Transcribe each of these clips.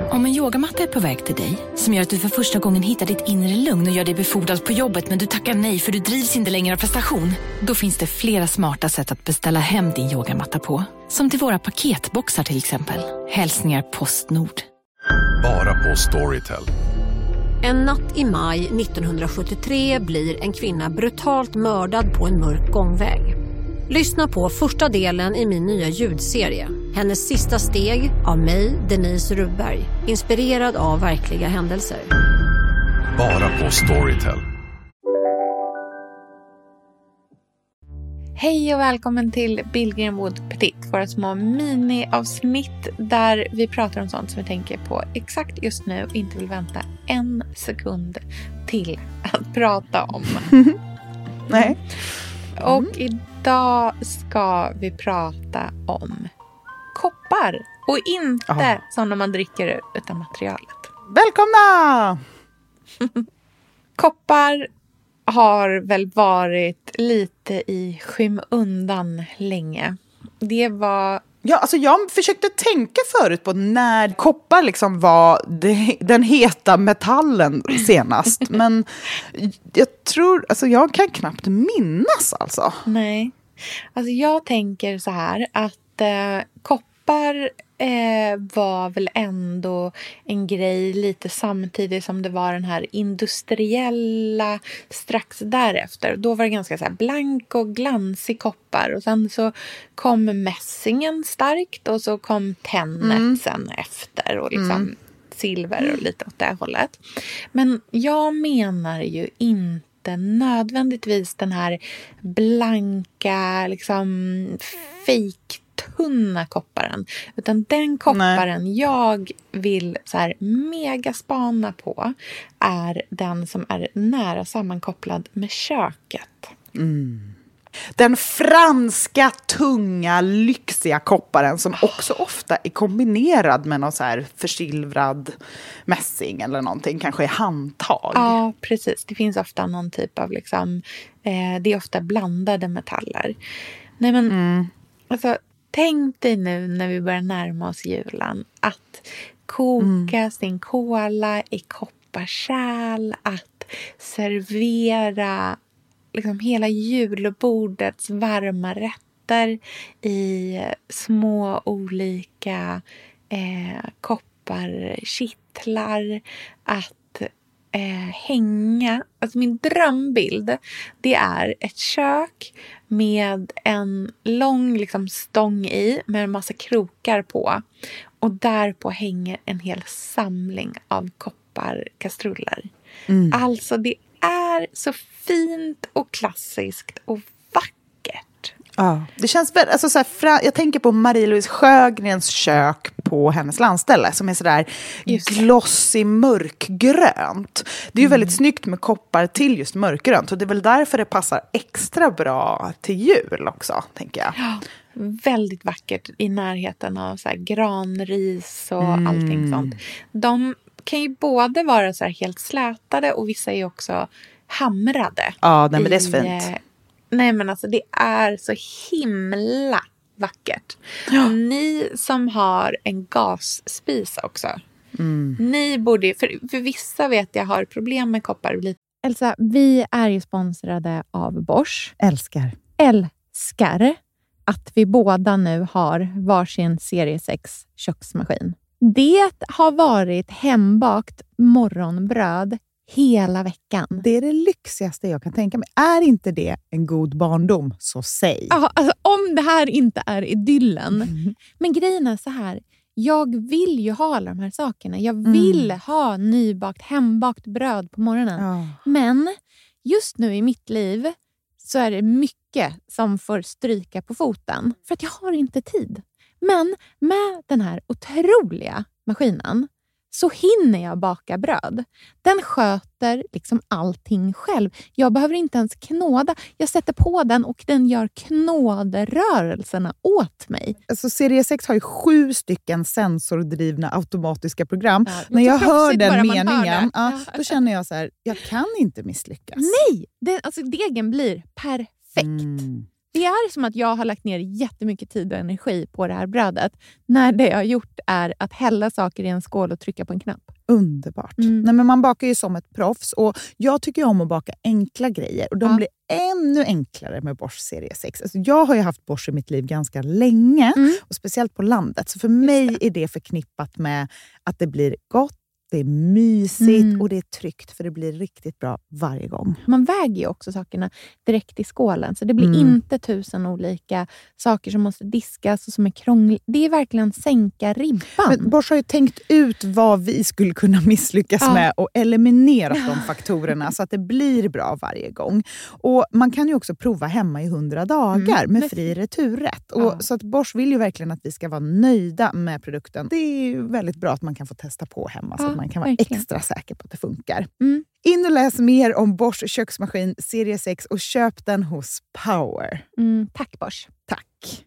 Om en yogamatta är på väg till dig, som gör att du för första gången hittar ditt inre lugn och gör dig befordrad på jobbet men du tackar nej för du drivs inte längre av prestation. Då finns det flera smarta sätt att beställa hem din yogamatta på. Som till våra paketboxar till exempel. Hälsningar Postnord. Bara på Storytel. En natt i maj 1973 blir en kvinna brutalt mördad på en mörk gångväg. Lyssna på första delen i min nya ljudserie. Hennes sista steg av mig, Denise Rubberg. Inspirerad av verkliga händelser. Bara på Storytel. Hej och välkommen till Billgren Wood Petit. Våra små mini-avsnitt där vi pratar om sånt som vi tänker på exakt just nu och inte vill vänta en sekund till att prata om. Nej. Och idag ska vi prata om koppar. Och inte sådana man dricker utan materialet. Välkomna! Koppar har väl varit lite i skymundan länge. Det var... Ja, alltså jag försökte tänka förut på när koppar liksom var den heta metallen senast. Men jag tror, alltså jag kan knappt minnas alltså. Nej, alltså jag tänker så här att koppar var väl ändå en grej lite samtidigt som det var den här industriella strax därefter. Då var det ganska så här blank och glansig koppar och sen så kom mässingen starkt och så kom tennet sen efter och liksom silver och lite åt det hållet. Men jag menar ju inte nödvändigtvis den här blanka liksom fake tunna kopparen, utan den kopparen jag vill så här megaspana på är den som är nära sammankopplad med köket. Den franska, tunga, lyxiga kopparen som också ofta är kombinerad med någon så här försilvrad mässing eller någonting, kanske i handtag. Ja, precis. Det finns ofta någon typ av liksom, det är ofta blandade metaller. Nej men, alltså tänk dig nu när vi börjar närma oss julen att koka sin kola i kopparkärl, att servera liksom hela julbordets varma rätter i små olika kopparkittlar, att hänga. Alltså min drömbild, det är ett kök med en lång liksom stång i med en massa krokar på. Och därpå hänger en hel samling av kopparkastruller. Alltså det är så fint och klassiskt och vackert. Ja, det känns väl, alltså så här, jag tänker på Marie-Louise Sjögrens kök på hennes landställe som är sådär glossy mörkgrönt. Det är ju väldigt snyggt med koppar till just mörkgrönt och det är väl därför det passar extra bra till jul också, tänker jag. Ja, väldigt vackert i närheten av så här granris och allting sånt. De kan ju både vara så här helt slätade och vissa är också hamrade. Ja, nej, men det är så fint. Nej, men alltså det är så himla vackert. Och ni som har en gasspis också. Ni borde, för vissa vet jag har problem med koppar. Elsa, vi är ju sponsrade av Bosch. Älskar att vi båda nu har varsin serie 6 köksmaskin. Det har varit hembakt morgonbröd hela veckan. Det är det lyxigaste jag kan tänka mig. Är inte det en god barndom, så säg. Ja, alltså, om det här inte är idyllen. Men grejen är så här. Jag vill ju ha alla de här sakerna. Jag vill ha nybakt, hembakt bröd på morgonen. Men just nu i mitt liv så är det mycket som får stryka på foten. För att jag har inte tid. Men med den här otroliga maskinen så hinner jag baka bröd. Den sköter liksom allting själv. Jag behöver inte ens knåda. Jag sätter på den och den gör knåderörelserna åt mig. Alltså serie 6 har ju 7 stycken sensordrivna automatiska program. Ja, när jag hör den meningen, då känner jag så här, jag kan inte misslyckas. Nej, alltså degen blir perfekt. Det är som att jag har lagt ner jättemycket tid och energi på det här brödet. När det jag har gjort är att hälla saker i en skål och trycka på en knapp. Underbart. Nej, men man bakar ju som ett proffs. Och jag tycker om att baka enkla grejer. Och de blir ännu enklare med Bosch serie 6. Alltså jag har ju haft Bosch i mitt liv ganska länge. Och speciellt på landet. Så för mig är det förknippat med att det blir gott. Det är mysigt och det är tryggt, för det blir riktigt bra varje gång. Man väger ju också sakerna direkt i skålen. Så det blir inte 1000 olika saker som måste diskas och som är krångligt. Det är verkligen sänka ribban. Men Bosch har ju tänkt ut vad vi skulle kunna misslyckas med och eliminera de faktorerna så att det blir bra varje gång. Och man kan ju också prova hemma i 100 dagar med fri returrätt. Och så att Bosch vill ju verkligen att vi ska vara nöjda med produkten. Det är ju väldigt bra att man kan få testa på hemma så att man kan vara extra säker på att det funkar. In och läs mer om Bosch köksmaskin serie 6 och köp den hos Power. Tack Bosch. Tack.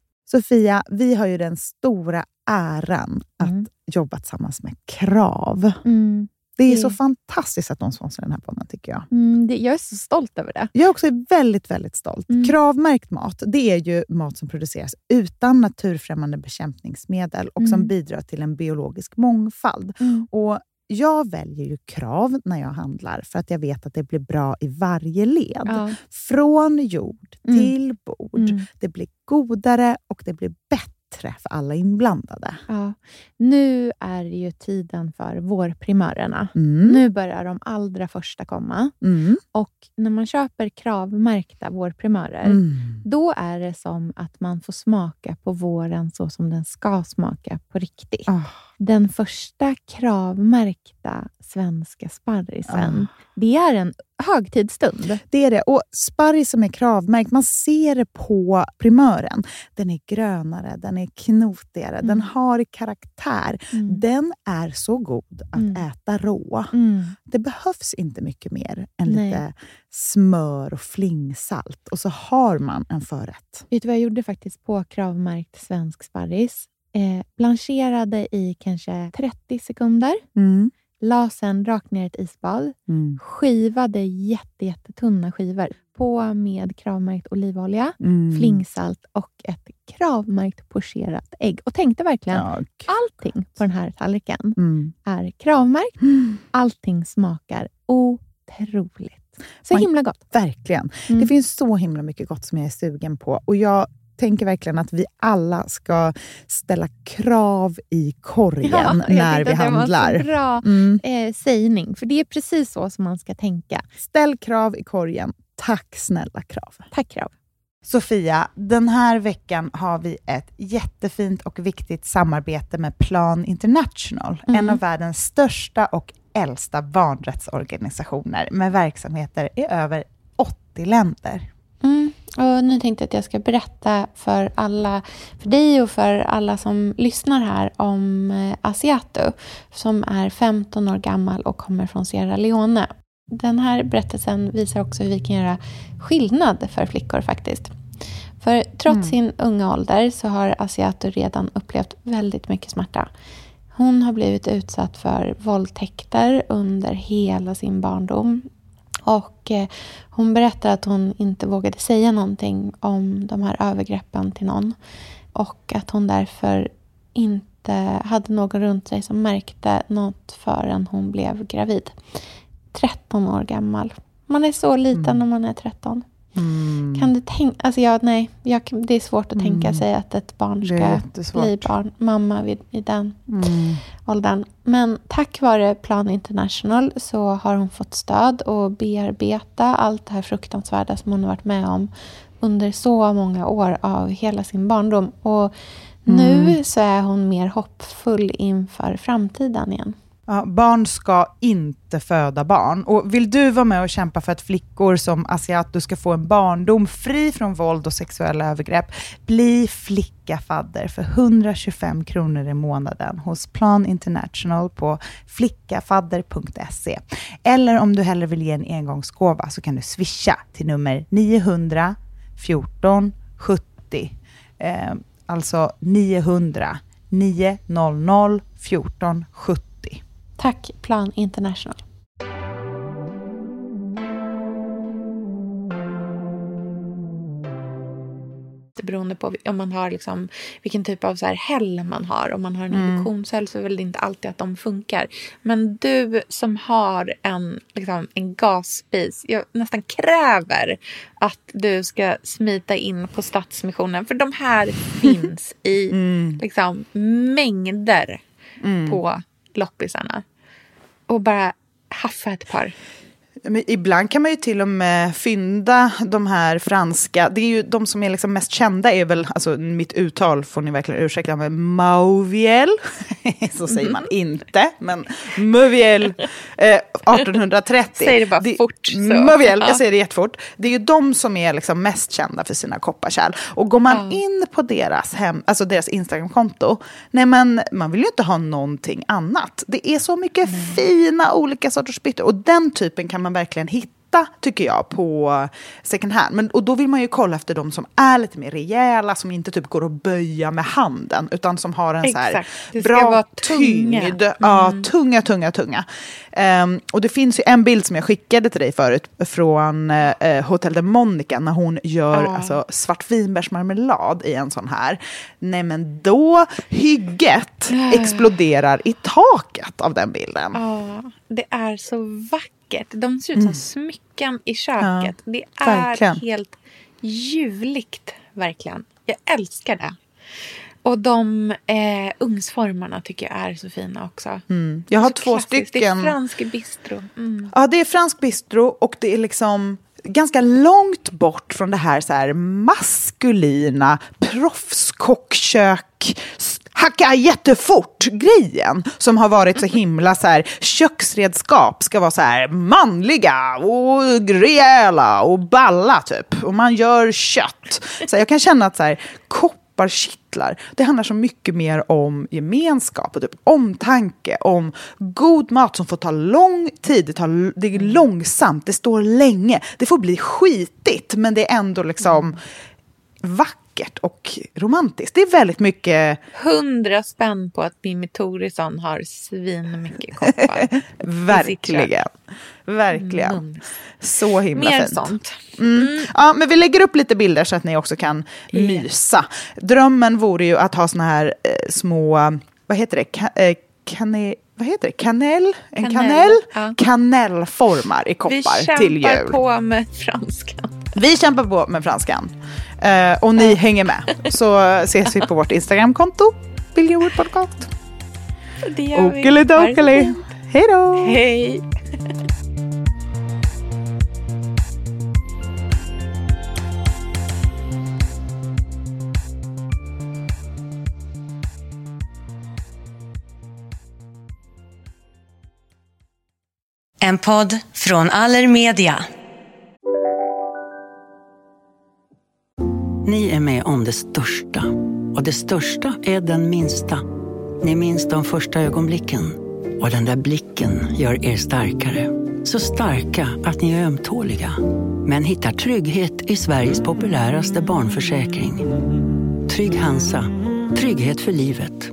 Sofia, vi har ju den stora äran att jobba tillsammans med Krav. Det är så fantastiskt att de sponsrar den här podden, tycker jag. Jag är så stolt över det. Jag är också väldigt, väldigt stolt. Kravmärkt mat, det är ju mat som produceras utan naturfrämmande bekämpningsmedel och som bidrar till en biologisk mångfald. Och jag väljer ju Krav när jag handlar för att jag vet att det blir bra i varje led. Från jord till bord. Det blir godare och det blir bättre för alla inblandade. Ja. Nu är det ju tiden för vårprimörerna. Nu börjar de allra första komma. Och när man köper kravmärkta vårprimörer, då är det som att man får smaka på våren så som den ska smaka på riktigt. Den första kravmärkta svenska sparrisen, det är en högtidsstund. Det är det. Och sparris som är kravmärkt, man ser det på primören. Den är grönare, den är knotigare, den har karaktär. Den är så god att äta rå. Det behövs inte mycket mer än lite smör och flingsalt. Och så har man en förrätt. Vet du vad jag gjorde faktiskt på kravmärkt svensk sparris? Blancherade i kanske 30 sekunder. La sen rakt ner ett isbad. Skivade jättetunna skivor. På med kravmärkt olivolja, flingsalt och ett kravmärkt pocherat ägg. Och tänkte verkligen, allting på den här tallriken är kravmärkt. Allting smakar otroligt. Så himla gott. Verkligen. Det finns så himla mycket gott som jag är sugen på. Och jag tänker verkligen att vi alla ska ställa krav i korgen när vi handlar. Det var så bra sägning. För det är precis så som man ska tänka. Ställ krav i korgen. Tack snälla Krav. Tack Krav. Sofia, den här veckan har vi ett jättefint och viktigt samarbete med Plan International. En av världens största och äldsta barnrättsorganisationer med verksamheter i över 80 länder. Och nu tänkte jag att jag ska berätta för dig och för alla som lyssnar här om Asiato, som är 15 år gammal och kommer från Sierra Leone. Den här berättelsen visar också hur vi kan göra skillnad för flickor faktiskt. För trots sin unga ålder så har Asiato redan upplevt väldigt mycket smärta. Hon har blivit utsatt för våldtäkter under hela sin barndom. Och hon berättar att hon inte vågade säga någonting om de här övergreppen till någon. Och att hon därför inte hade någon runt sig som märkte något förrän hon blev gravid. 13 år gammal. Man är så liten när man är 13. Kan du tänka... Alltså det är svårt att tänka sig att ett barn ska bli mamma vid den åldern. Men tack vare Plan International så har hon fått stöd och bearbeta allt det här fruktansvärda som hon har varit med om under så många år av hela sin barndom. Och nu så är hon mer hoppfull inför framtiden igen. Ja, barn ska inte föda barn. Och vill du vara med och kämpa för att flickor som Asiato ska få en barndom fri från våld och sexuella övergrepp, bli flickafadder för 125 kronor i månaden hos Plan International på flickafadder.se. Eller om du hellre vill ge en engångsgåva så kan du swisha till nummer 900 14 70. Alltså 900 900 14 70. Tack Plan International. lite beroende på om man har liksom, vilken typ av så här häll man har. Om man har en induktionshäll så är väl det inte alltid att de funkar. Men du som har en gasspis, jag nästan kräver att du ska smita in på Stadsmissionen. För de här finns i liksom mängder på loppisarna. Och bara haffa ett par. Men ibland kan man ju till och med fynda de här franska. Det är ju de som är liksom mest kända är väl, alltså mitt uttal får ni verkligen ursäkta, med Mauviel. Så säger man inte, men Mauviel 1830. Säger det bara fort. Så. Mauviel, jag säger det jättefort. Det är ju de som är liksom mest kända för sina kopparkärl. Och går man in på deras alltså deras Instagramkonto, nej men man vill ju inte ha någonting annat. Det är så mycket fina olika sorters bytter. Och den typen kan man verkligen hitta, tycker jag, på second hand. Och då vill man ju kolla efter de som är lite mer rejäla, som inte typ går att böja med handen, utan som har en så här bra tyngd. Ja, tunga. Och det finns ju en bild som jag skickade till dig förut från Hotel de Monica, när hon gör alltså svartvinbärsmarmelad i en sån här. Nej, men då hygget exploderar i taket av den bilden. Ja, det är så vackert. De ser ut som smycken i köket. Det är verkligen helt ljuvligt, verkligen. Jag älskar det. Och de ugnsformarna tycker jag är så fina också. Jag har så 2 stycken. Det är fransk bistro. Ja, det är fransk bistro och det är liksom ganska långt bort från det här maskulina proffskockkök, hacka jättefort grejen som har varit så himla så här, köksredskap ska vara så här manliga och rejäla och balla typ, och man gör kött. Så jag kan känna att så här, kopparkittlar, det handlar så mycket mer om gemenskap och typ omtanke, om god mat som får ta lång tid, det är långsamt, det står länge, det får bli skitigt, men det är ändå liksom vackert och romantiskt. Det är väldigt mycket 100 spänn på att Mimmi Thoresson har svin mycket koppar. Verkligen. Så himla mer fint. Sånt. Ja, men vi lägger upp lite bilder så att ni också kan mysa. Drömmen vore ju att ha såna här små, vad heter det? Kanel? Kanelformar i koppar till jul. Vi kämpar på med franskan. Vi kämpar på med franskan. Och ni hänger med. Så ses vi på vårt Instagramkonto. Biljord podcast. Det gör vi. Okelidokeli. Hej då. Hej. En podd från Allermedia. Ni är med om det största. Och det största är den minsta. Ni minns de första ögonblicken. Och den där blicken gör er starkare. Så starka att ni är ömtåliga. Men hittar trygghet i Sveriges populäraste barnförsäkring. Trygg Hansa. Trygghet för livet.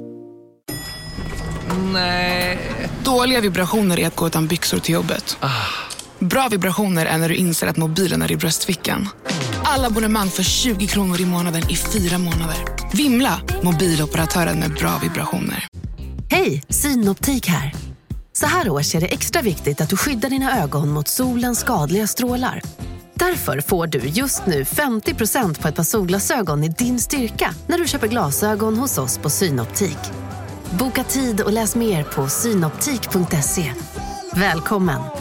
Nej. Dåliga vibrationer är att gå utan byxor till jobbet. Bra vibrationer är när du inser att mobilen är i bröstfickan. Alla abonnemang för 20 kronor i månaden i 4 månader. Vimla, mobiloperatören med bra vibrationer. Hej, Synoptik här. Så här års är det extra viktigt att du skyddar dina ögon mot solens skadliga strålar. Därför får du just nu 50% på ett par solglasögon i din styrka när du köper glasögon hos oss på Synoptik. Boka tid och läs mer på synoptik.se. Välkommen!